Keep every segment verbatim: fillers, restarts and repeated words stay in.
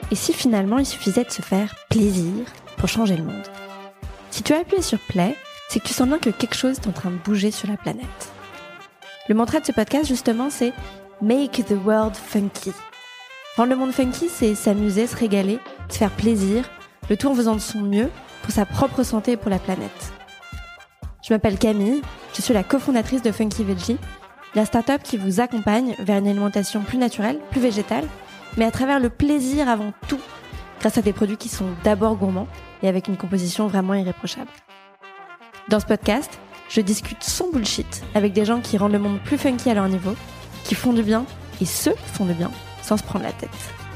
Et si finalement il suffisait de se faire plaisir pour changer le monde? Si tu as appuyé sur play, c'est que tu sens bien que quelque chose est en train de bouger sur la planète. Le mantra de ce podcast, justement, c'est « Make the world funky ». Rendre le monde funky, c'est s'amuser, se régaler, se faire plaisir, le tout en faisant de son mieux pour sa propre santé et pour la planète. Je m'appelle Camille, je suis la cofondatrice de Funky Veggie, la start-up qui vous accompagne vers une alimentation plus naturelle, plus végétale, mais à travers le plaisir avant tout, grâce à des produits qui sont d'abord gourmands et avec une composition vraiment irréprochable. Dans ce podcast, je discute sans bullshit avec des gens qui rendent le monde plus funky à leur niveau, qui font du bien et se font du bien sans se prendre la tête.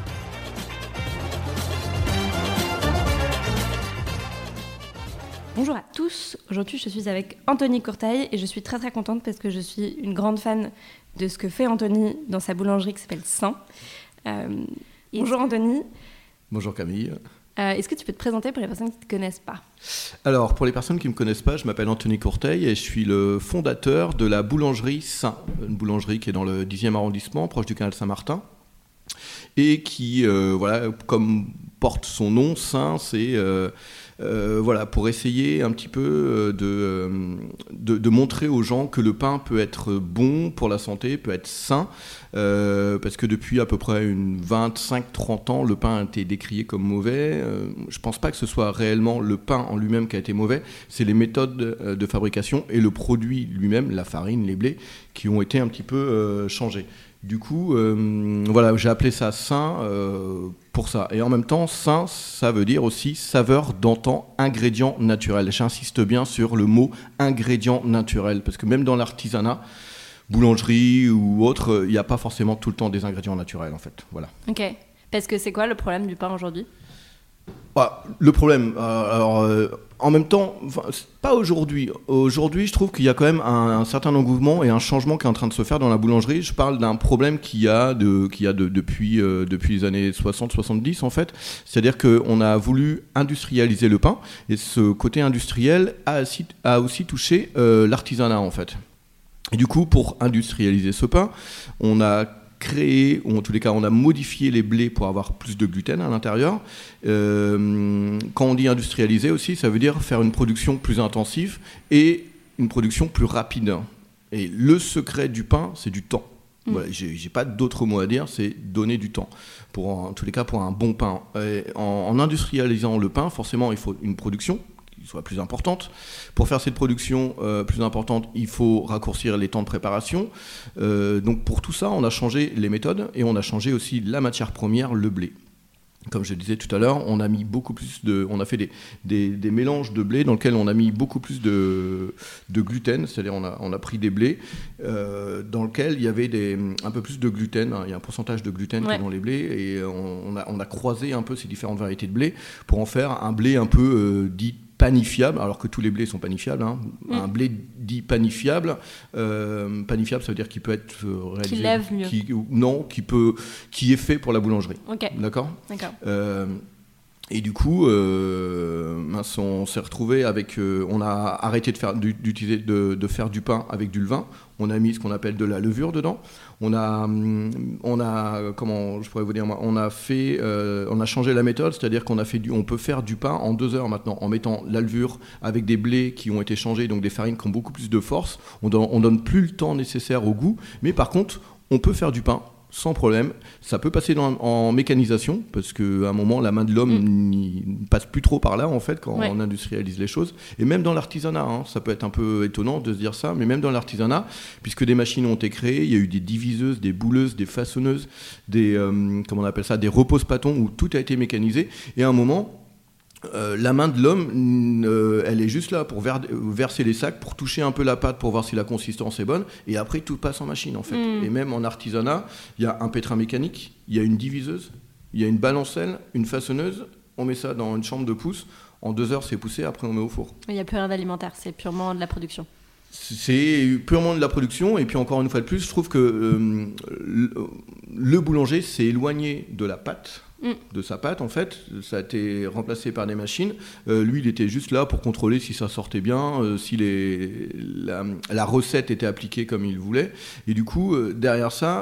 Bonjour à tous, aujourd'hui je suis avec Anthony Courtaille et je suis très très contente parce que je suis une grande fan de ce que fait Anthony dans sa boulangerie qui s'appelle Saint. Euh, bonjour Anthony. Bonjour Camille. Euh, est-ce que tu peux te présenter pour les personnes qui ne te connaissent pas? Alors, pour les personnes qui ne me connaissent pas, je m'appelle Anthony Courtaille et je suis le fondateur de la boulangerie Saint, une boulangerie qui est dans le dixième arrondissement, proche du canal Saint-Martin, et qui, euh, voilà, comme porte son nom, Saint, c'est euh, euh, voilà, pour essayer un petit peu de, de, de montrer aux gens que le pain peut être bon pour la santé, peut être sain, euh, parce que depuis à peu près une vingt-cinq trente ans, le pain a été décrié comme mauvais. Euh, je ne pense pas que ce soit réellement le pain en lui-même qui a été mauvais, c'est les méthodes de, de fabrication et le produit lui-même, la farine, les blés, qui ont été un petit peu euh, changés. Du coup, euh, voilà, j'ai appelé ça sain euh, pour ça. Et en même temps, sain, ça veut dire aussi saveur d'antan, ingrédient naturel. J'insiste bien sur le mot ingrédient naturel, parce que même dans l'artisanat, boulangerie ou autre, il n'y a pas forcément tout le temps des ingrédients naturels, en fait. Voilà. Ok. Parce que c'est quoi le problème du pain aujourd'hui ? Bah, le problème, euh, alors, euh, en même temps, pas aujourd'hui. Aujourd'hui, je trouve qu'il y a quand même un, un certain engouement et un changement qui est en train de se faire dans la boulangerie. Je parle d'un problème qu'il y a, de, qu'il y a de, depuis, euh, depuis les années soixante soixante-dix, en fait. C'est-à-dire qu'on a voulu industrialiser le pain, et ce côté industriel a aussi, a aussi touché euh, l'artisanat, en fait. Et du coup, pour industrialiser ce pain, on a créé, ou en tous les cas on a modifié les blés pour avoir plus de gluten à l'intérieur. Euh, quand on dit industrialiser aussi, ça veut dire faire une production plus intensive et une production plus rapide. Et le secret du pain, c'est du temps. Mmh. Voilà, j'ai, j'ai pas d'autre mot à dire, c'est donner du temps. Pour, en tous les cas, pour un bon pain. Et en, en industrialisant le pain, forcément, il faut une production qui soit plus importante. Pour faire cette production euh, plus importante, il faut raccourcir les temps de préparation. Euh, donc pour tout ça, on a changé les méthodes et on a changé aussi la matière première, le blé. Comme je disais tout à l'heure, on a mis beaucoup plus de, on a fait des, des, des mélanges de blé dans lesquels on a mis beaucoup plus de, de gluten, c'est-à-dire on a, on a pris des blés euh, dans lesquels il y avait des, un peu plus de gluten, hein, il y a un pourcentage de gluten ouais. qui est dans les blés, et on, on, a, on a croisé un peu ces différentes variétés de blé pour en faire un blé un peu euh, dit panifiable, alors que tous les blés sont panifiables. Hein. Mmh. Un blé dit panifiable, euh, panifiable, ça veut dire qu'il peut être réalisé, qui lève mieux. Qui, non, qui peut, qui est fait pour la boulangerie. Ok. D'accord. D'accord. Euh, et du coup, euh, mince, on s'est retrouvé avec, euh, on a arrêté de faire, d'utiliser, de, de faire du pain avec du levain. On a mis ce qu'on appelle de la levure dedans. On a, on a, comment je pourrais vous dire, on a fait, euh, on a changé la méthode, c'est-à-dire qu'on a fait du, on peut faire du pain en deux heures maintenant, en mettant la levure avec des blés qui ont été changés, donc des farines qui ont beaucoup plus de force. On donne, on donne plus le temps nécessaire au goût, mais par contre, on peut faire du pain sans problème. Ça peut passer dans, en mécanisation, parce qu'à un moment, la main de l'homme mmh. ne passe plus trop par là, en fait, quand ouais. on industrialise les choses. Et même dans l'artisanat, hein, ça peut être un peu étonnant de se dire ça, mais même dans l'artisanat, puisque des machines ont été créées, il y a eu des diviseuses, des bouleuses, des façonneuses, des, euh, comment on appelle ça, des repose-pâtons, où tout a été mécanisé. Et à un moment, Euh, la main de l'homme, euh, elle est juste là pour ver- verser les sacs, pour toucher un peu la pâte, pour voir si la consistance est bonne, et après tout passe en machine en fait. Mmh. Et même en artisanat, il y a un pétrin mécanique, il y a une diviseuse, il y a une balancelle, une façonneuse, on met ça dans une chambre de pousse, en deux heures c'est poussé, après on met au four. Il n'y a plus rien d'alimentaire, c'est purement de la production. C'est purement de la production, et puis encore une fois de plus, je trouve que euh, le, le boulanger s'est éloigné de la pâte, de sa pâte en fait, ça a été remplacé par des machines. Euh, lui il était juste là pour contrôler si ça sortait bien, euh, si les, la, la recette était appliquée comme il voulait, et du coup euh, derrière ça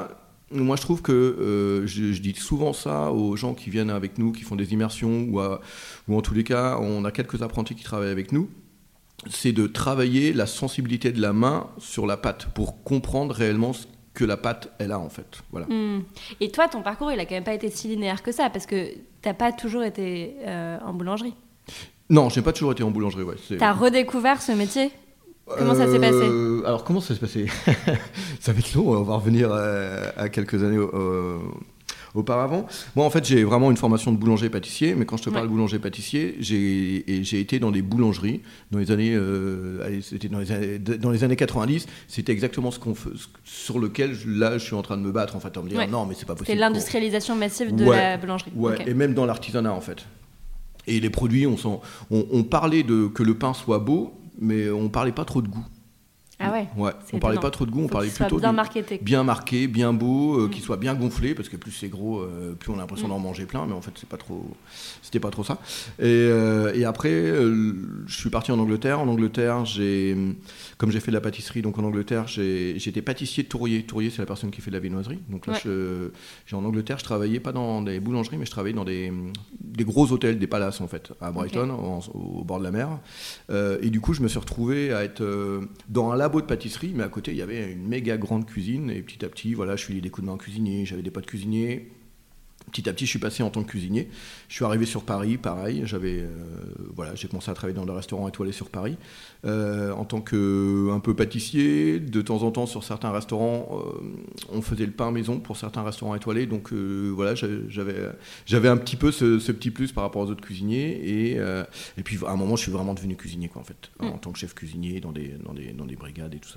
moi, je trouve que euh, je, je dis souvent ça aux gens qui viennent avec nous, qui font des immersions, ou, à, ou en tous les cas, on a quelques apprentis qui travaillent avec nous. C'est de travailler la sensibilité de la main sur la pâte pour comprendre réellement ce que la pâte, elle a en fait. Voilà. Mmh. Et toi, ton parcours, il a quand même pas été si linéaire que ça, parce que t'as pas toujours été euh, en boulangerie. Non, j'ai pas toujours été en boulangerie. Ouais. C'est... T'as redécouvert ce métier ? Comment ça s'est passé ? euh, Alors, comment ça s'est passé ? Ça va être long, on va revenir à, à quelques années euh, auparavant. Moi, en fait, j'ai vraiment une formation de boulanger-pâtissier, mais quand je te parle ouais. boulanger-pâtissier, j'ai, et j'ai été dans des boulangeries dans les années, euh, allez, c'était dans les années, dans les années quatre-vingt-dix. C'était exactement ce qu'on fait, sur lequel, là, je suis en train de me battre, en fait, en me disant ouais. non, mais c'est pas possible. C'est l'industrialisation massive de ouais. la boulangerie. Ouais, okay. Et même dans l'artisanat, en fait. Et les produits, on, s'en, on, on parlait de que le pain soit beau, mais on parlait pas trop de goût. Ah ouais. Ouais. On parlait pas trop de goût, on Faut parlait plutôt bien de marketé. bien marqué, bien beau, euh, mmh. qu'il soit bien gonflé, parce que plus c'est gros, euh, plus on a l'impression mmh. d'en manger plein, mais en fait c'est pas trop, c'était pas trop ça. Et, euh, et après, euh, je suis parti en Angleterre. En Angleterre, j'ai, comme j'ai fait de la pâtisserie, donc en Angleterre, j'ai, j'étais pâtissier de tourrier. Tourrier, c'est la personne qui fait de la viennoiserie. Donc là, ouais. je, j'ai en Angleterre, je travaillais pas dans des boulangeries, mais je travaillais dans des, des gros hôtels, des palaces en fait, à Brighton, okay. en, au bord de la mer. Euh, et du coup, je me suis retrouvé à être euh, dans un labo de pâtisserie, mais à côté, il y avait une méga grande cuisine, et petit à petit, voilà, je suis des coups de main en cuisinier, j'avais des potes cuisiniers. Petit à petit, je suis passé en tant que cuisinier. Je suis arrivé sur Paris, pareil. J'avais, euh, voilà, j'ai commencé à travailler dans le restaurant étoilé sur Paris, euh, en tant que un peu pâtissier. De temps en temps, sur certains restaurants, euh, on faisait le pain maison pour certains restaurants étoilés. Donc euh, voilà, j'avais, j'avais un petit peu ce, ce petit plus par rapport aux autres cuisiniers. Et, euh, et puis à un moment, je suis vraiment devenu cuisinier, quoi, en fait, mmh. en tant que chef cuisinier dans des, dans des, dans des brigades et tout ça.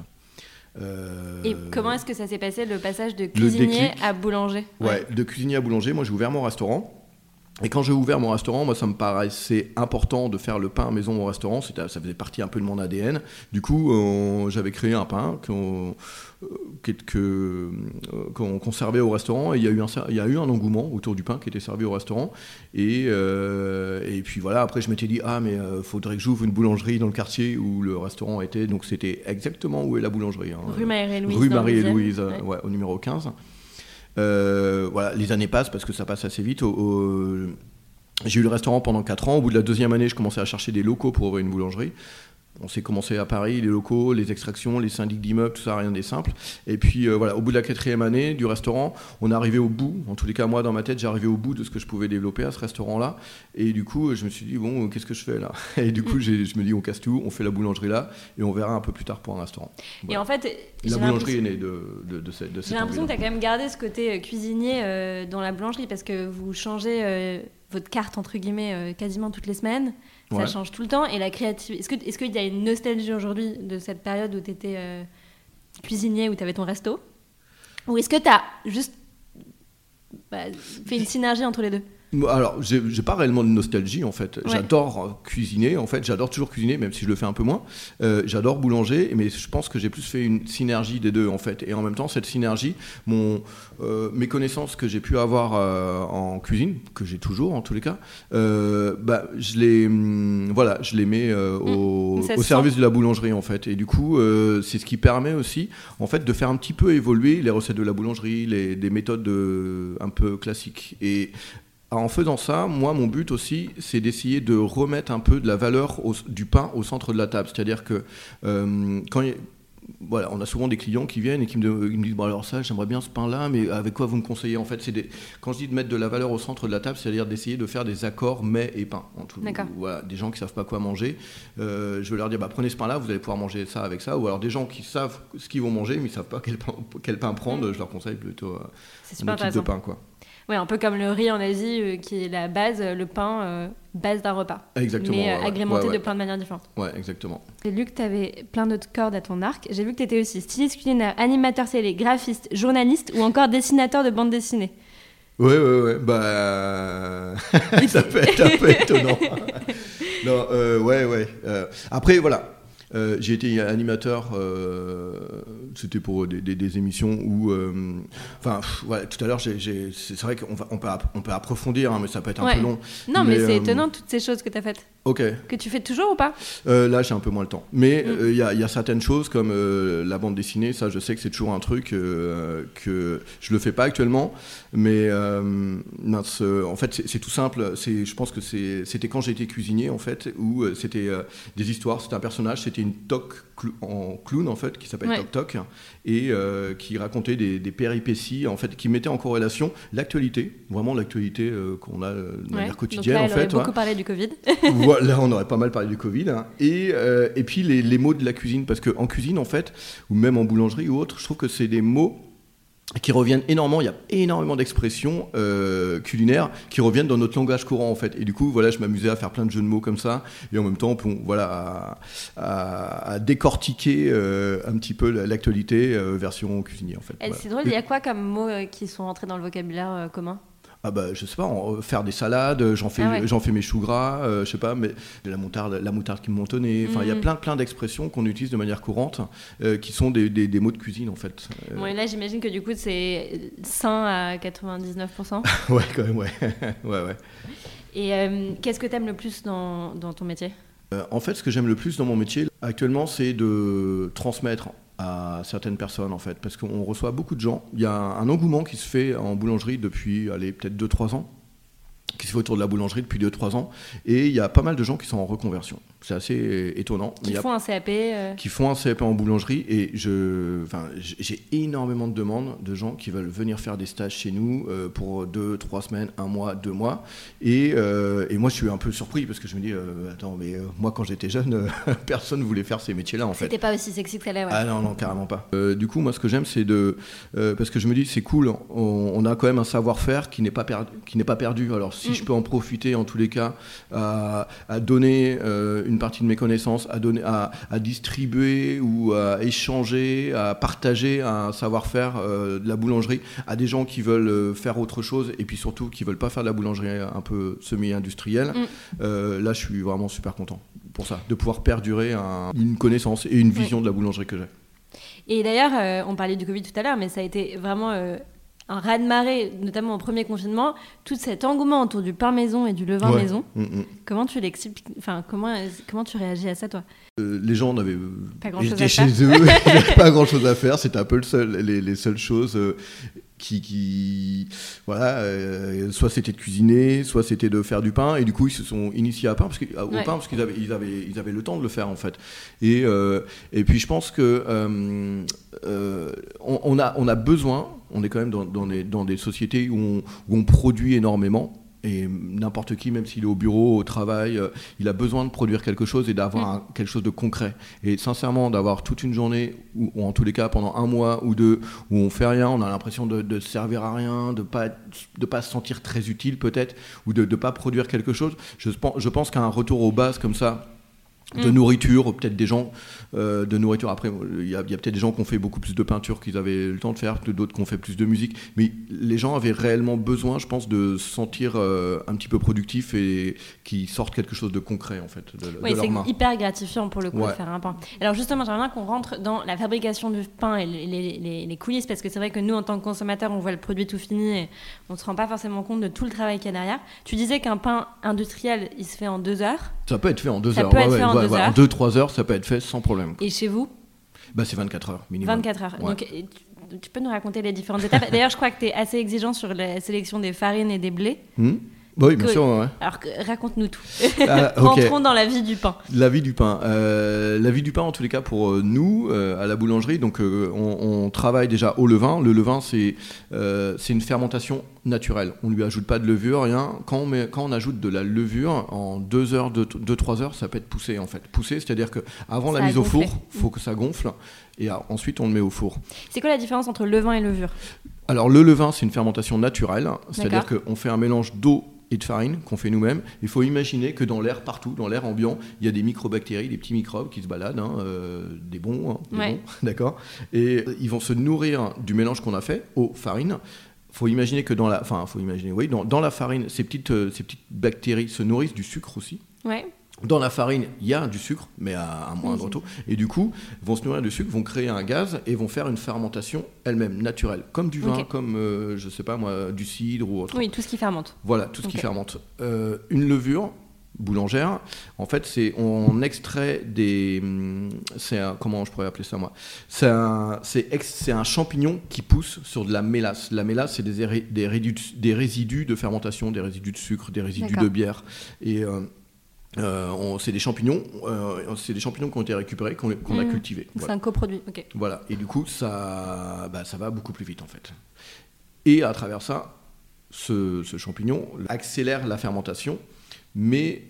Euh, et comment est-ce que ça s'est passé, le passage de cuisinier à boulanger ? Ouais, ouais, de cuisinier à boulanger. Moi, j'ai ouvert mon restaurant. Et quand j'ai ouvert mon restaurant, moi, ça me paraissait important de faire le pain maison au restaurant. C'était, ça faisait partie un peu de mon A D N. Du coup, euh, j'avais créé un pain qu'on, euh, que, euh, qu'on, qu'on servait au restaurant. Et il y a eu un, il y a eu un engouement autour du pain qui était servi au restaurant. Et, euh, et puis voilà, après, je m'étais dit, ah, mais il euh, faudrait que j'ouvre une boulangerie dans le quartier où le restaurant était. Donc, c'était exactement où est la boulangerie. Hein. Rue Marie-et-Louise. Rue Marie-et-Louise, ouais. Ouais, au numéro quinze. Euh, voilà, les années passent parce que ça passe assez vite. Au, au... J'ai eu le restaurant pendant quatre ans. Au bout de la deuxième année, je commençais à chercher des locaux pour ouvrir une boulangerie. On s'est commencé à Paris, les locaux, les extractions, les syndics d'immeubles, tout ça, rien des simples. Et puis euh, voilà, au bout de la quatrième année du restaurant, on est arrivé au bout. En tous les cas, moi, dans ma tête, j'arrivais au bout de ce que je pouvais développer à ce restaurant-là. Et du coup, je me suis dit, bon, qu'est-ce que je fais là ? Et du coup, j'ai, je me dis, on casse tout, on fait la boulangerie là, et on verra un peu plus tard pour un restaurant. Voilà. Et en fait, la boulangerie est née de, de, de cette de J'ai l'impression que tu as quand même gardé ce côté cuisinier euh, dans la boulangerie, parce que vous changez euh, votre carte, entre guillemets, euh, quasiment toutes les semaines. Ça ouais. change tout le temps. Et la créativité... Est-ce, que, est-ce qu'il y a une nostalgie aujourd'hui de cette période où tu étais euh, cuisinier, où tu avais ton resto ? Ou est-ce que tu as juste bah, fait une synergie entre les deux ? Alors, j'ai, j'ai pas réellement de nostalgie en fait. Ouais. J'adore cuisiner, en fait, j'adore toujours cuisiner, même si je le fais un peu moins. Euh, j'adore boulanger, mais je pense que j'ai plus fait une synergie des deux en fait. Et en même temps, cette synergie, mon, euh, mes connaissances que j'ai pu avoir euh, en cuisine, que j'ai toujours en tous les cas, euh, bah, je les, hum, voilà, je les mets euh, au, mmh, au service sent. de la boulangerie en fait. Et du coup, euh, c'est ce qui permet aussi, en fait, de faire un petit peu évoluer les recettes de la boulangerie, les, des méthodes de, un peu classiques. Et en faisant ça, moi, mon but aussi, c'est d'essayer de remettre un peu de la valeur au, du pain au centre de la table. C'est-à-dire que euh, quand il y a, voilà, on a souvent des clients qui viennent et qui me, ils me disent bon, alors ça, j'aimerais bien ce pain-là, mais avec quoi vous me conseillez ? En fait, c'est des, quand je dis de mettre de la valeur au centre de la table, c'est-à-dire d'essayer de faire des accords mets et pain. En tout, voilà, des gens qui ne savent pas quoi manger, euh, je vais leur dire bah, prenez ce pain-là, vous allez pouvoir manger ça avec ça. Ou alors des gens qui savent ce qu'ils vont manger, mais ils ne savent pas quel pain, quel pain prendre, mmh. je leur conseille plutôt euh, un type de pain, quoi. Ouais, un peu comme le riz en Asie, euh, qui est la base, le pain, euh, base d'un repas. Exactement. Mais euh, ouais, agrémenté ouais, ouais. de plein de manières différentes. Ouais, exactement. J'ai lu que tu avais plein d'autres cordes à ton arc. J'ai vu que tu étais aussi styliste culinaire, animateur télé, graphiste, journaliste ou encore dessinateur de bande dessinée. Ouais, ouais, ouais. Bah. ça peut être un peu étonnant. non, euh, ouais, ouais. Euh, après, voilà. Euh, j'ai été animateur euh, c'était pour des, des, des émissions où, enfin, euh, ouais, tout à l'heure, j'ai, j'ai, c'est vrai qu'on va, on peut, on peut approfondir, hein, mais ça peut être un ouais. peu long. Non, mais, mais c'est euh, étonnant toutes ces choses que tu as faites. Ok. Que tu fais toujours ou pas? euh, Là, j'ai un peu moins le temps. Mais il mm. euh, y, a, y a certaines choses comme euh, la bande dessinée, ça, je sais que c'est toujours un truc euh, que je le fais pas actuellement. Mais euh, mince, euh, en fait, c'est, c'est tout simple. C'est, je pense que c'est, c'était quand j'étais cuisinier, en fait, où euh, c'était euh, des histoires. C'était un personnage, c'était une toque clou- en clown, en fait, qui s'appelle ouais. Toc Toc, et euh, qui racontait des, des péripéties, en fait, qui mettait en corrélation l'actualité, vraiment l'actualité euh, qu'on a euh, de manière ouais. quotidienne, Donc là, en fait. Elle aurait beaucoup ouais. parlé du Covid. Voilà, on aurait pas mal parlé du Covid. Hein. Et, euh, et puis les, les mots de la cuisine, parce qu'en cuisine, en fait, ou même en boulangerie ou autre, je trouve que c'est des mots qui reviennent énormément. Il y a énormément d'expressions euh, culinaires qui reviennent dans notre langage courant, en fait. Et du coup, voilà, je m'amusais à faire plein de jeux de mots comme ça, et en même temps, bon, voilà, à, à, à décortiquer euh, un petit peu l'actualité euh, version cuisinier, en fait. Et voilà. C'est drôle, il y a quoi comme mots euh, qui sont entrés dans le vocabulaire euh, commun? Ah bah je sais pas, en, faire des salades, j'en fais, ah ouais. j'en fais mes choux gras, euh, je sais pas, mais la moutarde, la moutarde qui me montonnait. Enfin, il mmh. y a plein, plein d'expressions qu'on utilise de manière courante, euh, qui sont des, des, des mots de cuisine en fait. Euh... Bon, et là, j'imagine que du coup, c'est sain à quatre-vingt-dix-neuf pour cent. Ouais, quand même, ouais, ouais, ouais. Et euh, qu'est-ce que t'aimes le plus dans, dans ton métier? euh, En fait, ce que j'aime le plus dans mon métier actuellement, c'est de transmettre à certaines personnes en fait, parce qu'on reçoit beaucoup de gens. Il y a un engouement qui se fait en boulangerie depuis, allez, peut-être deux trois ans, qui se fait autour de la boulangerie depuis deux trois ans, et il y a pas mal de gens qui sont en reconversion. C'est assez étonnant. Qui font un C A P euh... Qui font un C A P en boulangerie, et je, enfin, j'ai énormément de demandes de gens qui veulent venir faire des stages chez nous euh, pour deux, trois semaines, un mois, deux mois, et, euh, et moi je suis un peu surpris parce que je me dis, euh, attends, mais euh, moi quand j'étais jeune, euh, personne ne voulait faire ces métiers-là en fait. C'était pas aussi sexy que ça l'est, ouais. Ah non, non, carrément pas. Euh, du coup, moi ce que j'aime, c'est de, euh, parce que je me dis, c'est cool, on, on a quand même un savoir-faire qui n'est pas perdu, qui n'est pas perdu. Alors si mm. je peux en profiter en tous les cas à, à donner euh, une partie de mes connaissances, À, donner, à, à distribuer ou à échanger, à partager un savoir-faire euh, de la boulangerie à des gens qui veulent euh, faire autre chose et puis surtout qui ne veulent pas faire de la boulangerie un peu semi-industrielle. Mm. Euh, là, je suis vraiment super content pour ça, de pouvoir perdurer un, une connaissance et une vision mm. de la boulangerie que j'ai. Et d'ailleurs, euh, on parlait du Covid tout à l'heure, mais ça a été vraiment... Euh... un raz-de-marée, notamment au premier confinement, tout cet engouement autour du pain maison et du levain ouais. maison. Mmh. Comment tu l'expliques, enfin comment comment tu réagis à ça, toi? euh, Les gens n'avaient pas grand-chose à faire. Chez eux, ils n'avaient pas grand-chose à faire. C'était un peu le seul, les, les seules choses. Euh, Qui, qui voilà, euh, soit c'était de cuisiner, soit c'était de faire du pain, et du coup ils se sont initiés à pain parce que, au ouais. pain parce qu'ils avaient, ils avaient, ils avaient le temps de le faire en fait. Et, euh, et puis je pense que euh, euh, on, on, a, on a besoin, on est quand même dans, dans, des, dans des sociétés où on, où on produit énormément. Et n'importe qui, même s'il est au bureau, au travail, euh, il a besoin de produire quelque chose et d'avoir mmh. un, quelque chose de concret. Et sincèrement, d'avoir toute une journée, ou, ou en tous les cas pendant un mois ou deux, où on fait rien, on a l'impression de, de servir à rien, de pas de pas se sentir très utile peut-être, ou de ne pas produire quelque chose. Je, je pense qu'un retour aux bases comme ça, de mmh. nourriture, peut-être des gens euh, de nourriture, après il y, y a peut-être des gens qui ont fait beaucoup plus de peinture qu'ils avaient le temps de faire, d'autres qui ont fait plus de musique, mais les gens avaient réellement besoin, je pense, de se sentir euh, un petit peu productifs et qu'ils sortent quelque chose de concret en fait de, oui, de leurs mains. C'est hyper gratifiant pour le coup ouais. de faire un pain. Alors justement, j'aimerais bien qu'on rentre dans la fabrication du pain et les, les, les, les coulisses, parce que c'est vrai que nous en tant que consommateurs, on voit le produit tout fini et on ne se rend pas forcément compte de tout le travail qu'il y a derrière. Tu disais qu'un pain industriel, il se fait en deux heures. Ça peut être fait en deux ça heures. Peut être ouais, fait en ouais, deux ouais, heures. En deux trois heures, ça peut être fait sans problème. Et chez vous? Bah, c'est vingt-quatre heures minimum. vingt-quatre heures. Ouais. Donc, tu, tu peux nous raconter les différentes étapes? D'ailleurs, je crois que tu es assez exigeant sur la sélection des farines et des blés. Mmh. Oui, bien que, sûr. Ouais. Alors, raconte-nous tout. Ah, okay. Rentrons dans la vie du pain. La vie du pain. Euh, la vie du pain, en tous les cas, pour euh, nous, euh, à la boulangerie, donc, euh, on, on travaille déjà au levain. Le levain, c'est, euh, c'est une fermentation naturelle. On ne lui ajoute pas de levure, rien. Quand on, met, quand on ajoute de la levure, en deux heures, deux trois heures, ça peut être poussé, en fait. Poussé, c'est-à-dire qu'avant la mise au four, il faut que ça gonfle. Et alors, ensuite, on le met au four. C'est quoi la différence entre levain et levure? Alors, le levain, c'est une fermentation naturelle. C'est-à-dire D'accord. qu'on fait un mélange d'eau et de farine qu'on fait nous-mêmes. Il faut imaginer que dans l'air, partout, dans l'air ambiant, il y a des microbactéries, des petits microbes qui se baladent, hein, euh, des bons, hein, des ouais. bons, d'accord. Et ils vont se nourrir du mélange qu'on a fait aux farines. Faut imaginer que dans la, enfin, faut imaginer, oui, dans, dans la farine, ces petites, euh, ces petites bactéries se nourrissent du sucre aussi. Ouais. Dans la farine, il y a du sucre, mais à un moindre oui, taux. Et du coup, vont se nourrir du sucre, vont créer un gaz et vont faire une fermentation elle-même, naturelle. Comme du vin, okay. comme, euh, je sais pas moi, du cidre ou autre. Oui, tout ce qui fermente. Voilà, tout ce okay. qui fermente. Euh, une levure boulangère, en fait, c'est, on extrait des... C'est un, comment je pourrais appeler ça, moi c'est un, c'est, ex, c'est un champignon qui pousse sur de la mélasse. La mélasse, c'est des, des, résidus, des résidus de fermentation, des résidus de sucre, des résidus D'accord. de bière. Et... Euh, Euh, on, c'est des champignons, euh, c'est des champignons qui ont été récupérés, qu'on, qu'on mmh. a cultivés. Voilà. C'est un coproduit. Ok. Voilà. Et du coup, ça, bah, ça va beaucoup plus vite en fait. Et à travers ça, ce, ce champignon accélère la fermentation, mais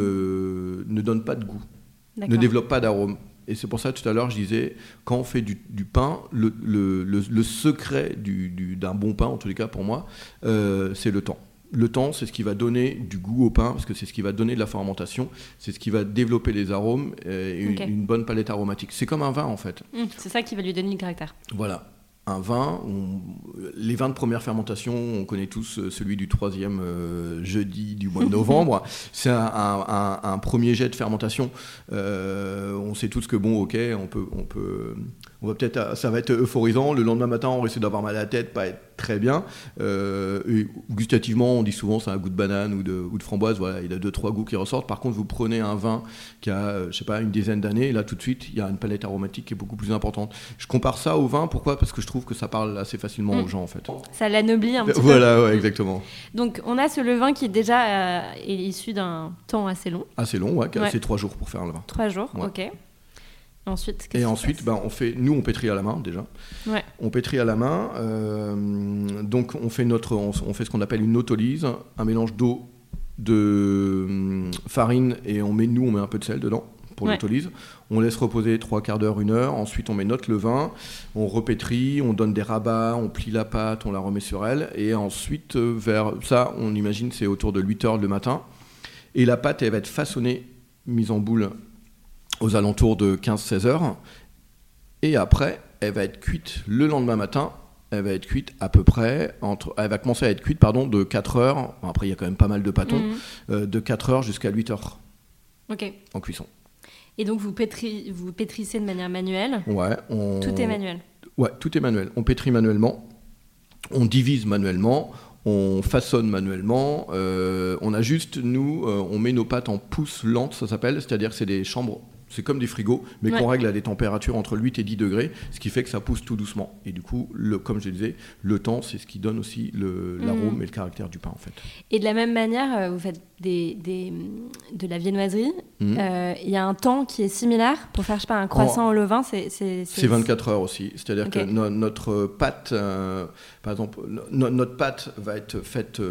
ne, ne donne pas de goût, D'accord. ne développe pas d'arôme. Et c'est pour ça tout à l'heure je disais, quand on fait du, du pain, le, le, le, le secret du, du, d'un bon pain, en tous les cas pour moi, euh, c'est le temps. Le temps, c'est ce qui va donner du goût au pain, parce que c'est ce qui va donner de la fermentation, c'est ce qui va développer les arômes et okay. une, une bonne palette aromatique. C'est comme un vin, en fait. Mmh, c'est ça qui va lui donner le caractère. Voilà. Un vin, on, les vins de première fermentation, on connaît tous celui du troisième euh, jeudi du mois de novembre. C'est un, un, un, un premier jet de fermentation. Euh, on sait tous que bon, ok, on peut, on peut, on va peut-être, ça va être euphorisant. Le lendemain matin, on risque d'avoir mal à la tête, pas être très bien. Euh, et gustativement, on dit souvent c'est un goût de banane ou de, ou de framboise. Voilà, il y a deux trois goûts qui ressortent. Par contre, vous prenez un vin qui a, je sais pas, une dizaine d'années, et là tout de suite, il y a une palette aromatique qui est beaucoup plus importante. Je compare ça au vin. Pourquoi ? Parce que je trouve que ça parle assez facilement mmh. aux gens en fait. Ça l'anoblit un petit voilà, peu. Voilà, ouais, exactement. Donc on a ce levain qui déjà euh, est issu d'un temps assez long. Assez long, ouais. ouais. C'est trois jours pour faire un levain. Trois jours, ouais. ok. Ensuite, qu'est-ce et ensuite, bah, on fait, nous, on pétrit à la main déjà. Ouais. On pétrit à la main. Euh, donc, on fait notre, on, on fait ce qu'on appelle une autolyse, un mélange d'eau, de euh, farine et on met, nous, on met un peu de sel dedans pour ouais. l'autolyse. On laisse reposer trois quarts d'heure, une heure. Ensuite, on met notre levain, on repétrit, on donne des rabats, on plie la pâte, on la remet sur elle. Et ensuite, vers ça, on imagine, c'est autour de huit heures le matin. Et la pâte, elle va être façonnée, mise en boule aux alentours de quinze seize heures, et après, elle va être cuite le lendemain matin, elle va être cuite à peu près, entre, elle va commencer à être cuite pardon, de quatre heures, après il y a quand même pas mal de pâtons, mmh. euh, de quatre heures jusqu'à huit heures okay. en cuisson. Et donc vous, pétri, vous pétrissez de manière manuelle ? Ouais. On... Tout est manuel ? Ouais, tout est manuel. On pétrit manuellement, on divise manuellement, on façonne manuellement, euh, on a juste, nous, euh, on met nos pâtes en pousse lente, ça s'appelle, c'est-à-dire que c'est des chambres, c'est comme des frigos, mais ouais. qu'on règle à des températures entre huit et dix degrés, ce qui fait que ça pousse tout doucement. Et du coup, le, comme je disais, le temps, c'est ce qui donne aussi le, l'arôme mmh. et le caractère du pain, en fait. Et de la même manière, vous faites des, des, de la viennoiserie. Il mmh. euh, y a un temps qui est similaire pour faire, je sais pas, un croissant oh. au levain, c'est, c'est, c'est... c'est vingt-quatre heures aussi. C'est-à-dire okay. que no, notre pâte, euh, par exemple, no, notre pâte va être faite,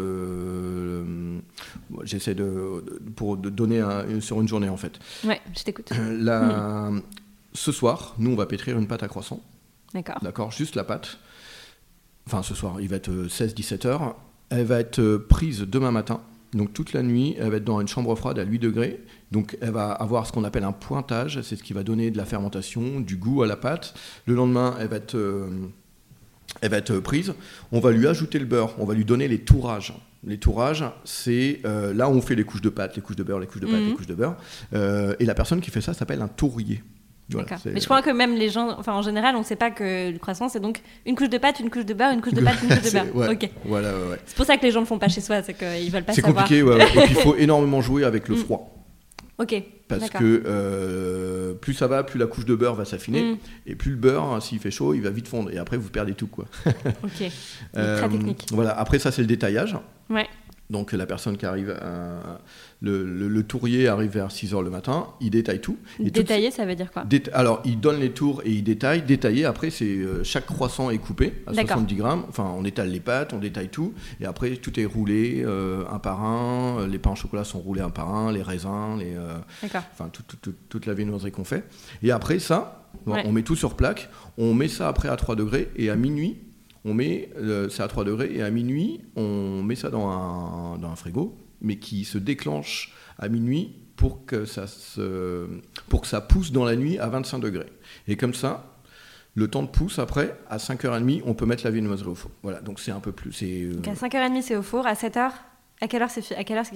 euh, j'essaie de, de, pour de donner un, sur une journée, en fait. Ouais, je t'écoute. La, mmh. Ce soir, nous, on va pétrir une pâte à croissant. D'accord. D'accord, juste la pâte. Enfin, ce soir, il va être seize dix-sept heures. Elle va être prise demain matin. Donc, toute la nuit, elle va être dans une chambre froide à huit degrés. Donc, elle va avoir ce qu'on appelle un pointage. C'est ce qui va donner de la fermentation, du goût à la pâte. Le lendemain, elle va être, euh, elle va être prise. On va lui ajouter le beurre. On va lui donner les tourrages. Les tourrages, c'est euh, là où on fait les couches de pâte, les couches de beurre, les couches de pâte, mmh. les couches de beurre. Euh, et la personne qui fait ça s'appelle un tourrier. Voilà, mais je crois que même les gens, enfin en général, on ne sait pas que le croissant c'est donc une couche de pâte, une couche de beurre, une couche de pâte, une couche de beurre. Ouais, ok. Voilà, ouais, ouais. C'est pour ça que les gens ne le font pas chez soi, c'est qu'ils veulent pas c'est savoir. C'est compliqué, ouais, ouais. Et puis il faut énormément jouer avec le froid. Ok. Parce D'accord. que euh, plus ça va, plus la couche de beurre va s'affiner, mm. et plus le beurre, hein, s'il fait chaud, il va vite fondre. Et après, vous perdez tout, quoi. Ok. euh, très technique. Voilà. Après, ça c'est le détaillage. Ouais. Donc la personne qui arrive, à, le, le, le tourrier arrive vers six heures le matin, il détaille tout. Et détailler, tout, ça veut dire quoi ? dé, Alors il donne les tours et il détaille. Détailler, après, c'est euh, chaque croissant est coupé à D'accord. soixante-dix grammes. Enfin, on étale les pâtes, on détaille tout. Et après, tout est roulé euh, un par un. Les pains au chocolat sont roulés un par un, les raisins, les, euh, enfin, tout, tout, tout, toute la viennoiserie qu'on fait. Et après ça, ouais. on met tout sur plaque. On met ça après à trois degrés et à minuit, on met, euh, c'est à trois degrés, et à minuit, on met ça dans un, dans un frigo, mais qui se déclenche à minuit pour que, ça se, pour que ça pousse dans la nuit à vingt-cinq degrés. Et comme ça, le temps de pousse, après, à cinq heures trente, on peut mettre la viennoiserie au four. Voilà, donc c'est un peu plus... C'est, euh... Donc à cinq heures trente, c'est au four, à sept heures, à quelle heure c'est, à quelle heure c'est cuit ?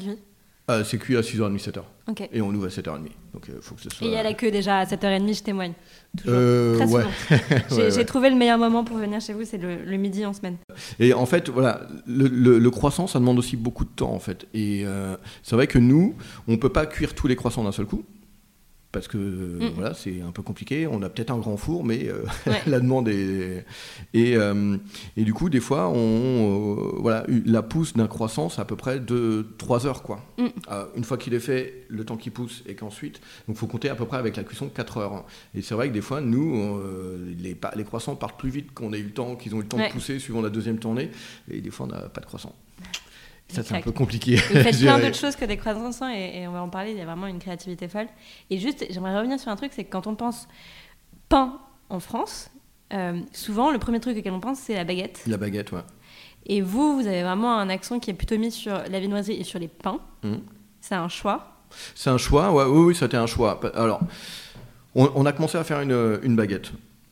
Euh, c'est cuit à six heures trente, sept heures. Okay. Et on ouvre à sept heures trente. Donc, euh, faut que ce soit... Et il y a la queue déjà à sept heures trente, je témoigne. Toujours. Euh, Très souvent. ouais. j'ai, ouais, j'ai ouais. trouvé le meilleur moment pour venir chez vous, c'est le, le midi en semaine. Et en fait, voilà, le, le, le croissant, ça demande aussi beaucoup de temps, en fait. Et euh, c'est vrai que nous, on ne peut pas cuire tous les croissants d'un seul coup. Parce que mm. voilà, c'est un peu compliqué. On a peut-être un grand four, mais euh, ouais. la demande est. Et, euh, et du coup, des fois, on, euh, voilà, la pousse d'un croissant, c'est à peu près de trois heures. Quoi. Mm. Euh, une fois qu'il est fait, le temps qu'il pousse, et qu'ensuite. Donc, il faut compter à peu près avec la cuisson quatre heures. Et c'est vrai que des fois, nous, euh, les, les croissants partent plus vite qu'on ait eu le temps, qu'ils ont eu le temps ouais. de pousser suivant la deuxième tournée. Et des fois, on n'a pas de croissant. Ça, c'est un peu compliqué. Vous faites plein d'autres choses que des croissants et, et on va en parler, il y a vraiment une créativité folle. Et juste, j'aimerais revenir sur un truc, c'est que quand on pense pain en France, euh, souvent, le premier truc auquel on pense, c'est la baguette. La baguette, ouais. Et vous, vous avez vraiment un accent qui est plutôt mis sur la viennoiserie et sur les pains. Mmh. C'est un choix. C'est un choix, ouais, oui, oui, c'était un choix. Alors, on, on a commencé à faire une, une baguette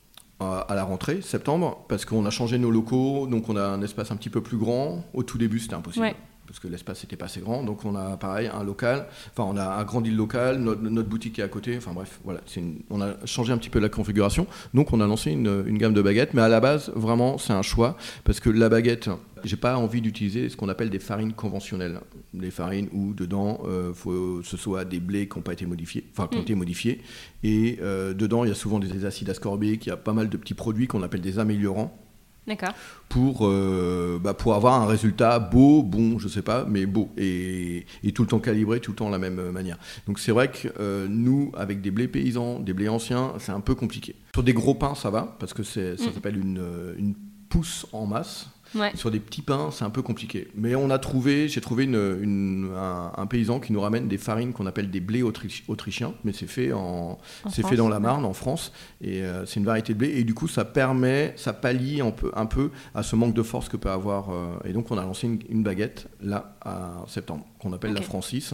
à la rentrée, septembre, parce qu'on a changé nos locaux, donc on a un espace un petit peu plus grand. Au tout début, c'était impossible, ouais. parce que l'espace n'était pas assez grand, donc on a pareil, un local, enfin on a agrandi le local, notre, notre boutique est à côté, enfin bref, voilà, c'est une, on a changé un petit peu la configuration, donc on a lancé une, une gamme de baguettes, mais à la base, vraiment, c'est un choix, parce que la baguette, j'ai pas envie d'utiliser ce qu'on appelle des farines conventionnelles, des farines où dedans, euh, faut, ce soit des blés qui n'ont pas été modifiés, enfin qui ont mmh. été modifiés, et euh, dedans, il y a souvent des acides ascorbiques, il y a pas mal de petits produits qu'on appelle des améliorants. D'accord. Pour, euh, bah, pour avoir un résultat beau, bon, je sais pas, mais beau, et, et tout le temps calibré, tout le temps de la même manière. Donc c'est vrai que euh, nous, avec des blés paysans, des blés anciens, c'est un peu compliqué. Sur des gros pains, ça va, parce que c'est, ça mmh. s'appelle une, une pousse en masse. Ouais. Sur des petits pains, c'est un peu compliqué. Mais on a trouvé, j'ai trouvé une, une, un, un paysan qui nous ramène des farines qu'on appelle des blés autrich, autrichiens, mais c'est fait en, en c'est France, fait dans la Marne, ouais. en France, et euh, c'est une variété de blé. Et du coup, ça permet, ça pallie un peu, un peu à ce manque de force que peut avoir. Euh, et donc, on a lancé une, une baguette là à septembre, qu'on appelle okay. la Francis.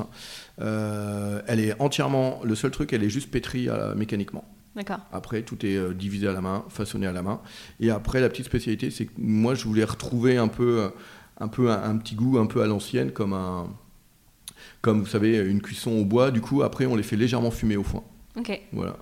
Euh, elle est entièrement, le seul truc, elle est juste pétrie euh, mécaniquement. D'accord. Après, tout est euh, divisé à la main, façonné à la main. Et après, la petite spécialité, c'est que moi, je voulais retrouver un peu, un, peu un, un petit goût un peu à l'ancienne, comme, un, comme vous savez, une cuisson au bois. Du coup, après, on les fait légèrement fumer au foin. Ok. Voilà.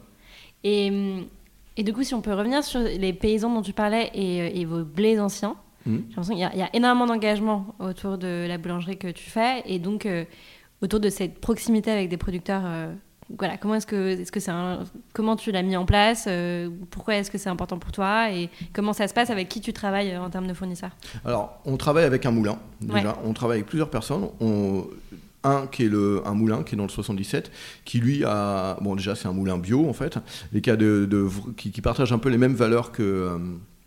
Et, et du coup, si on peut revenir sur les paysans dont tu parlais et, et vos blés anciens, mmh. j'ai l'impression qu'il y a, il y a énormément d'engagement autour de la boulangerie que tu fais et donc euh, autour de cette proximité avec des producteurs. Euh, Voilà, comment est-ce que, est-ce que c'est un, comment tu l'as mis en place, euh, pourquoi est-ce que c'est important pour toi et comment ça se passe, avec qui tu travailles euh, en termes de fournisseurs? Alors, on travaille avec un moulin, déjà. Ouais. On travaille avec plusieurs personnes. On, un qui est le, un moulin qui est dans le soixante-dix-sept, qui lui a, bon déjà c'est un moulin bio en fait, et qui, a de, de, qui, qui partage un peu les mêmes valeurs que... Euh,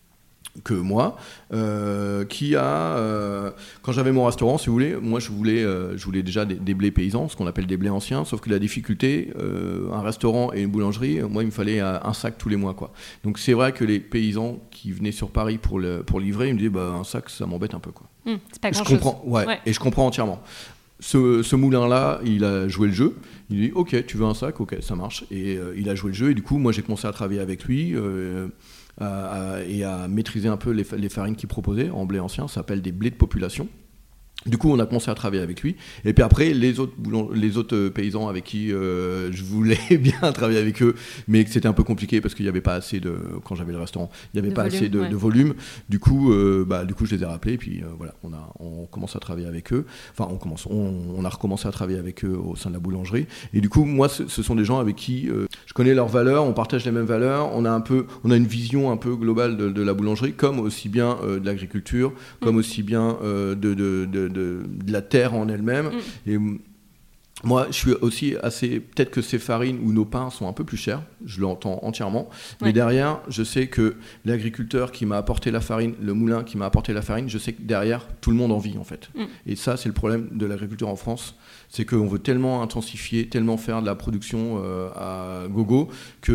que moi, euh, qui a, euh, quand j'avais mon restaurant, si vous voulez, moi je voulais, euh, je voulais déjà des, des blés paysans, ce qu'on appelle des blés anciens, sauf que la difficulté, euh, un restaurant et une boulangerie, moi il me fallait un sac tous les mois, quoi. Donc c'est vrai que les paysans qui venaient sur Paris pour, le, pour livrer, ils me disaient, bah, un sac ça m'embête un peu, quoi. Mmh, c'est pas je grand-chose. comprends, ouais, ouais, et je comprends entièrement. Ce, ce moulin-là, il a joué le jeu. Il dit, ok, tu veux un sac, ok, ça marche. Et euh, il a joué le jeu, et du coup, moi j'ai commencé à travailler avec lui. Euh, À, à, et à maîtriser un peu les, les farines qu'il proposait en blé ancien, ça s'appelle des blés de population. Du coup, on a commencé à travailler avec lui. Et puis après, les autres, boulons, les autres paysans avec qui euh, je voulais bien travailler avec eux, mais que c'était un peu compliqué parce qu'il n'y avait pas assez de... Quand j'avais le restaurant, il n'y avait de pas volume, assez de, ouais. de volume. Du coup, euh, bah, du coup, je les ai rappelés. Et puis euh, voilà, on a on commence à travailler avec eux. Enfin, on, commence, on, on a recommencé à travailler avec eux au sein de la boulangerie. Et du coup, moi, ce, ce sont des gens avec qui euh, je connais leurs valeurs, on partage les mêmes valeurs. On a, un peu, on a une vision un peu globale de, de la boulangerie, comme aussi bien euh, de l'agriculture, mmh. comme aussi bien euh, de... de, de De, de la terre en elle-même. Mm. Et moi, je suis aussi assez... Peut-être que ces farines ou nos pains sont un peu plus chers, je l'entends entièrement, mais ouais. derrière, je sais que l'agriculteur qui m'a apporté la farine, le moulin qui m'a apporté la farine, je sais que derrière, tout le monde en vit, en fait. Mm. Et ça, c'est le problème de l'agriculture en France, c'est qu'on veut tellement intensifier, tellement faire de la production euh, à gogo, qu'on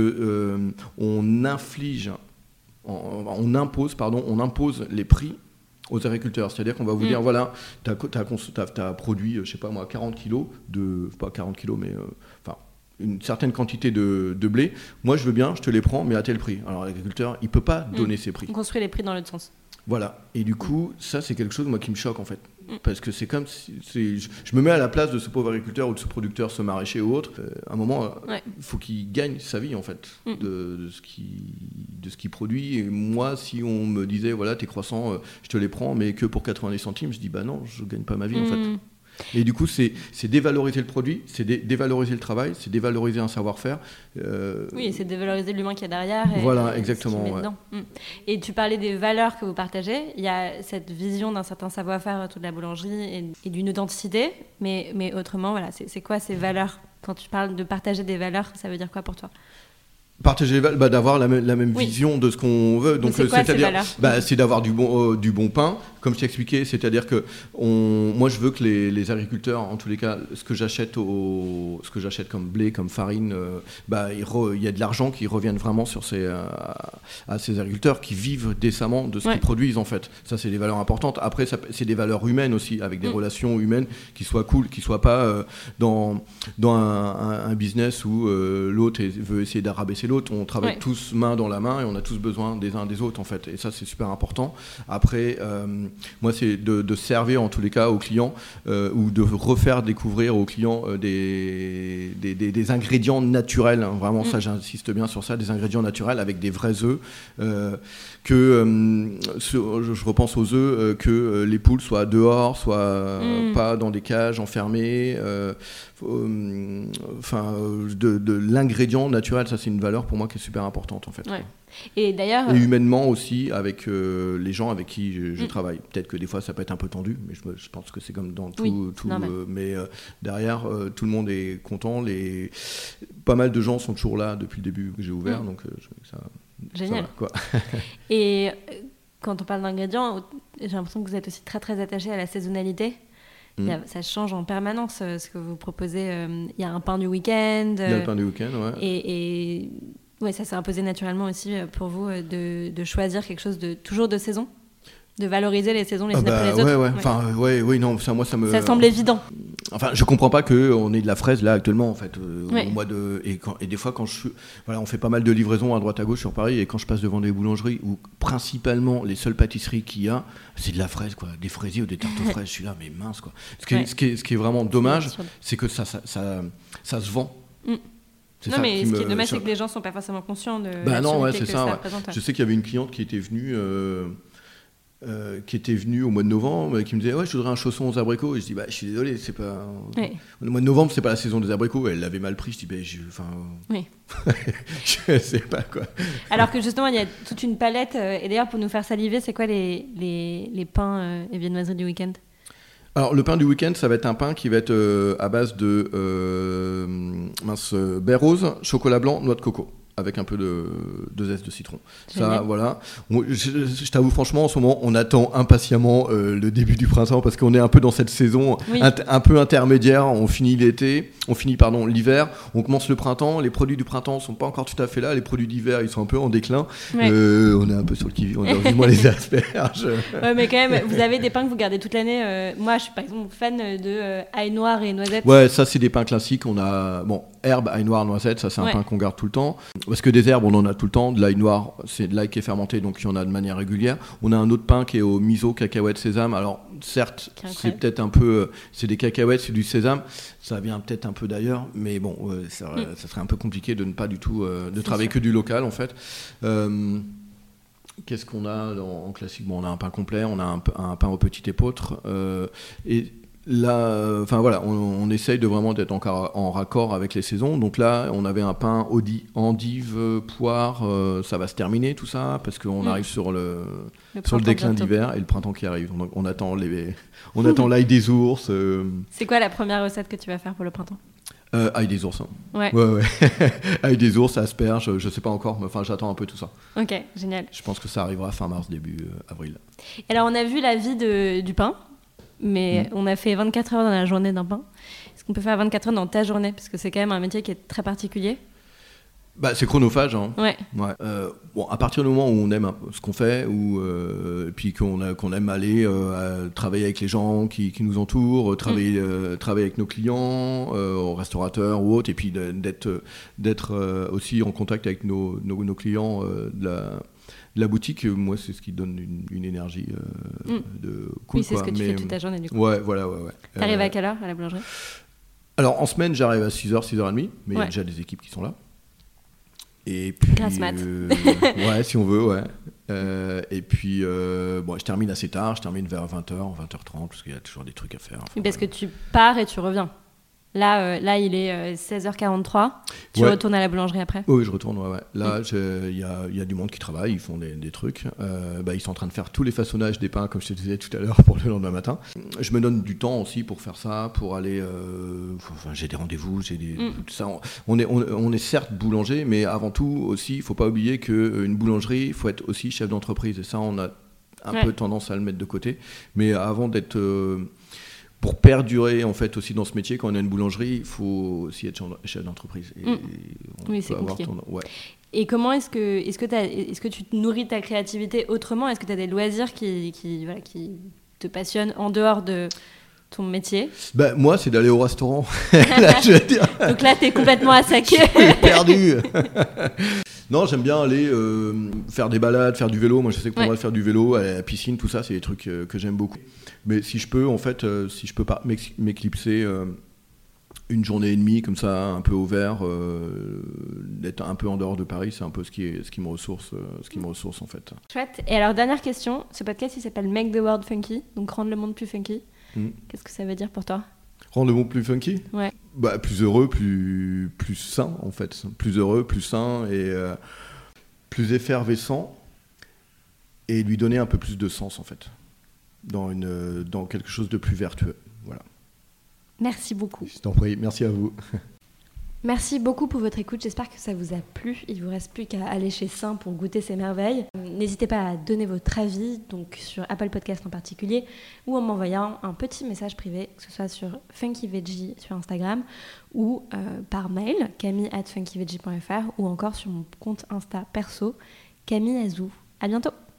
euh, inflige, on, on impose, pardon, on impose les prix aux agriculteurs, c'est-à-dire qu'on va vous mmh. dire, voilà, tu as produit, je sais pas moi, quarante kilos, de, pas quarante kilos, mais, euh, enfin, une certaine quantité de, de blé, moi je veux bien, je te les prends, mais à tel prix. Alors l'agriculteur, il peut pas donner mmh. ses prix. On construit les prix dans l'autre sens. Voilà. Et du coup, ça c'est quelque chose moi qui me choque en fait. Parce que c'est comme si c'est, je, je me mets à la place de ce pauvre agriculteur ou de ce producteur, ce maraîcher ou autre. Euh, à un moment, il ouais. faut qu'il gagne sa vie en fait mm. de, de, ce qui, de ce qu'il produit. Et moi, si on me disait voilà tes croissants, euh, je te les prends, mais que pour quatre-vingt-dix centimes, je dis bah non, je gagne pas ma vie mm. en fait. Et du coup, c'est, c'est dévaloriser le produit, c'est dé- dévaloriser le travail, c'est dévaloriser un savoir-faire. Euh... Oui, c'est dévaloriser l'humain qu'il y a derrière. Et, voilà, et exactement. Ouais. Mmh. Et tu parlais des valeurs que vous partagez. Il y a cette vision d'un certain savoir-faire autour de la boulangerie et, et d'une authenticité. Mais, mais autrement, voilà, c'est, c'est quoi ces valeurs ? Quand tu parles de partager des valeurs, ça veut dire quoi pour toi ? Partager les valeurs, bah, d'avoir la même, la même oui. vision de ce qu'on veut. Donc, c'est, quoi, c'est-à-dire, ces bah, c'est d'avoir du bon, euh, du bon pain, comme je t'ai expliqué. C'est-à-dire que on, moi, je veux que les, les agriculteurs, en tous les cas, ce que j'achète, au, ce que j'achète comme blé, comme farine, euh, bah, il, re, il y a de l'argent qui revienne vraiment sur ces, euh, à ces agriculteurs qui vivent décemment de ce ouais. qu'ils produisent, en fait. Ça, c'est des valeurs importantes. Après, ça, c'est des valeurs humaines aussi, avec des mmh. relations humaines qui soient cool, qui ne soient pas euh, dans, dans un, un, un business où euh, l'autre est, veut essayer d'arabaisser l'autre. On travaille ouais. tous main dans la main et on a tous besoin des uns des autres en fait, et ça c'est super important. Après euh, moi c'est de, de servir en tous les cas aux clients euh, ou de refaire découvrir aux clients euh, des, des, des, des ingrédients naturels, hein. Vraiment mmh. ça j'insiste bien sur ça, des ingrédients naturels avec des vrais œufs, euh, que euh, sur, je, je repense aux œufs, euh, que euh, les poules soient dehors, soient euh, mmh. pas dans des cages enfermées, euh, enfin euh, de, de l'ingrédient naturel, ça c'est une valeur pour moi qui est super importante en fait. Ouais. Et d'ailleurs et humainement aussi avec euh, les gens avec qui je, je mm. travaille. Peut-être que des fois ça peut être un peu tendu, mais je, je pense que c'est comme dans tout. Oui, tout euh, mais euh, derrière euh, tout le monde est content. Les pas mal de gens sont toujours là depuis le début que j'ai ouvert, mm. donc euh, je, ça. Génial. Ça va, quoi. Et quand on parle d'ingrédients, j'ai l'impression que vous êtes aussi très très attaché à la saisonnalité. Il y a, ça change en permanence euh, ce que vous proposez. Euh, il y a un pain du week-end. Euh, il y a le pain du week-end, ouais. Et, et ouais, ça s'est imposé naturellement aussi pour vous euh, de, de choisir quelque chose de toujours de saison, de valoriser les saisons les unes ah bah, après les ouais, autres. Ouais, ouais. Enfin, ouais, oui, non, ça, moi, ça me. Ça semble évident. Enfin, je comprends pas qu'on ait de la fraise là actuellement, en fait. Euh, ouais. au mois de et, quand, et des fois, quand je, voilà, on fait pas mal de livraisons à droite à gauche sur Paris, et quand je passe devant des boulangeries où principalement les seules pâtisseries qu'il y a, c'est de la fraise, quoi, des fraisiers ou des tartes aux fraises. Je suis là, mais mince, quoi. Ce qui est, ouais. ce qui est, ce qui est vraiment dommage, c'est, c'est que ça, ça, ça, ça se vend. Mm. C'est non, mais ce qui est dommage, c'est que les gens ne sont pas forcément conscients de bah la non, ouais, que c'est ça, ça, ouais. représente. Je sais qu'il y avait une cliente qui était venue, euh, euh, qui était venue au mois de novembre, qui me disait ouais, je voudrais un chausson aux abricots. Et je dis bah, je suis désolé, c'est pas. Oui. Le mois de novembre, c'est pas la saison des abricots. Elle l'avait mal pris. Je dis bah, je, enfin. Oui. je sais pas quoi. Alors que justement, il y a toute une palette. Euh, et d'ailleurs, pour nous faire saliver, c'est quoi les les, les pains euh, et viennoiseries du week-end? Alors, le pain du week-end, ça va être un pain qui va être euh, à base de euh, mince, baie rose, chocolat blanc, noix de coco, avec un peu de, de zeste de citron. Génial. Ça, voilà. On, je, je t'avoue, franchement, en ce moment, on attend impatiemment euh, le début du printemps parce qu'on est un peu dans cette saison oui. un, un peu intermédiaire. On finit l'été, on finit pardon l'hiver, on commence le printemps. Les produits du printemps sont pas encore tout à fait là. Les produits d'hiver, ils sont un peu en déclin. Ouais. Euh, on est un peu sur le qui-vive. On a vivement les asperges. Ouais, mais quand même, vous avez des pains que vous gardez toute l'année. Euh, moi, je suis par exemple fan de euh, ail noir et noisette. Ouais, ça c'est des pains classiques. On a bon herbe, ail noir, noisette. Ça c'est un ouais. pain qu'on garde tout le temps. Parce que des herbes, on en a tout le temps. De l'ail noir, c'est de l'ail qui est fermenté, donc il y en a de manière régulière. On a un autre pain qui est au miso, cacahuètes, sésame. Alors, certes, c'est peut-être un peu... C'est des cacahuètes, c'est du sésame. Ça vient peut-être un peu d'ailleurs, mais bon, euh, ça, mm. ça serait un peu compliqué de ne pas du tout... Euh, de c'est travailler sûr. Que du local, en fait. Euh, qu'est-ce qu'on a dans, en classique? Bon, on a un pain complet, on a un, un pain au petit épeautre. Euh, et... Là, enfin euh, voilà, on, on essaye de vraiment d'être en, en raccord avec les saisons. Donc là, on avait un pain audi, endive, poire. Euh, ça va se terminer tout ça parce qu'on mmh. arrive sur le, le sur le déclin bientôt. D'hiver et le printemps qui arrive. Donc on attend les, on attend l'ail des ours. Euh... C'est quoi la première recette que tu vas faire pour le printemps? Euh, ail des ours. Hein. Ouais. Ouais, ouais. Ail des ours, asperges, je sais pas encore, mais enfin j'attends un peu tout ça. Ok, génial. Je pense que ça arrivera fin mars, début euh, avril. Et alors on a vu la vie de, du pain. Mais mmh. on a fait vingt-quatre heures dans la journée d'un pain. Est-ce qu'on peut faire vingt-quatre heures dans ta journée? Parce que c'est quand même un métier qui est très particulier. Bah, c'est chronophage. Hein. Ouais. Ouais. Euh, bon, à partir du moment où on aime un peu ce qu'on fait, ou euh, et puis qu'on, a, qu'on aime aller euh, à travailler avec les gens qui, qui nous entourent, travailler, mm. euh, travailler avec nos clients, euh, aux restaurateurs ou autres, et puis d'être, d'être euh, aussi en contact avec nos, nos, nos clients euh, de la... La boutique, moi, c'est ce qui donne une, une énergie euh, mm. de cool. Oui, c'est quoi. ce que tu Mais, fais toute ta journée, du coup. Ouais, voilà, ouais, ouais. T'arrives euh, à quelle heure à la boulangerie ? Alors, en semaine, j'arrive à six heures, six heures trente, mais il ouais. y a déjà des équipes qui sont là. Et puis, Grâce mat. Euh, ouais, si on veut, ouais. Euh, et puis, euh, bon, je termine assez tard, je termine vers vingt heures, vingt heures trente, parce qu'il y a toujours des trucs à faire. Enfin, oui, parce ouais. que tu pars et tu reviens. Là, euh, là, il est euh, seize heures quarante-trois. Tu ouais. retournes à la boulangerie après ? Oui, je retourne, ouais. ouais. Là, il y a, y a du monde qui travaille, ils font des, des trucs. Euh, bah, ils sont en train de faire tous les façonnages des pains, comme je te disais tout à l'heure, pour le lendemain matin. Je me donne du temps aussi pour faire ça, pour aller... Euh, enfin, j'ai des rendez-vous, j'ai des... Mm. Tout ça. On est, on, on est certes boulanger, mais avant tout aussi, il ne faut pas oublier qu'une boulangerie, il faut être aussi chef d'entreprise. Et ça, on a un ouais. peu tendance à le mettre de côté. Mais avant d'être... Euh, Pour perdurer en fait aussi dans ce métier, quand on a une boulangerie, il faut aussi être chef d'entreprise. Et mmh. Oui, c'est compliqué. Ton... Ouais. Et comment est-ce que, est-ce, que est-ce que tu nourris ta créativité autrement ? Est-ce que tu as des loisirs qui, qui, voilà, qui te passionnent en dehors de ton métier ? Ben, moi, c'est d'aller au restaurant. Là, je veux dire... Donc là, tu es complètement à sac. Je suis perdu. Non, j'aime bien aller euh, faire des balades, faire du vélo. Moi, je sais que pour ouais. moi, faire du vélo, aller à la piscine, tout ça, c'est des trucs euh, que j'aime beaucoup. Mais si je peux, en fait, euh, si je peux pas m'éclipser euh, une journée et demie comme ça, un peu au vert, euh, d'être un peu en dehors de Paris, c'est un peu ce qui, est, ce qui me ressource, euh, ce qui me ressource en fait. Chouette. Et alors, dernière question. Ce podcast, il s'appelle Make the World Funky, donc rendre le monde plus funky. Mm. Qu'est-ce que ça veut dire pour toi ? Rendre le monde plus funky ? Ouais. Bah, plus heureux, plus, plus sain en fait. Plus heureux, plus sain et euh, plus effervescent, et lui donner un peu plus de sens en fait. Dans, une, dans quelque chose de plus vertueux. Voilà. Merci beaucoup. Je t'en prie, merci à vous. Merci beaucoup pour votre écoute, j'espère que ça vous a plu. Il ne vous reste plus qu'à aller chez Saint pour goûter ces merveilles. N'hésitez pas à donner votre avis, donc sur Apple Podcast en particulier, ou en m'envoyant un petit message privé, que ce soit sur funkyveggie sur Instagram, ou euh, par mail, camille arobase funkyveggie point f r, ou encore sur mon compte Insta perso, Camille Azou. À bientôt.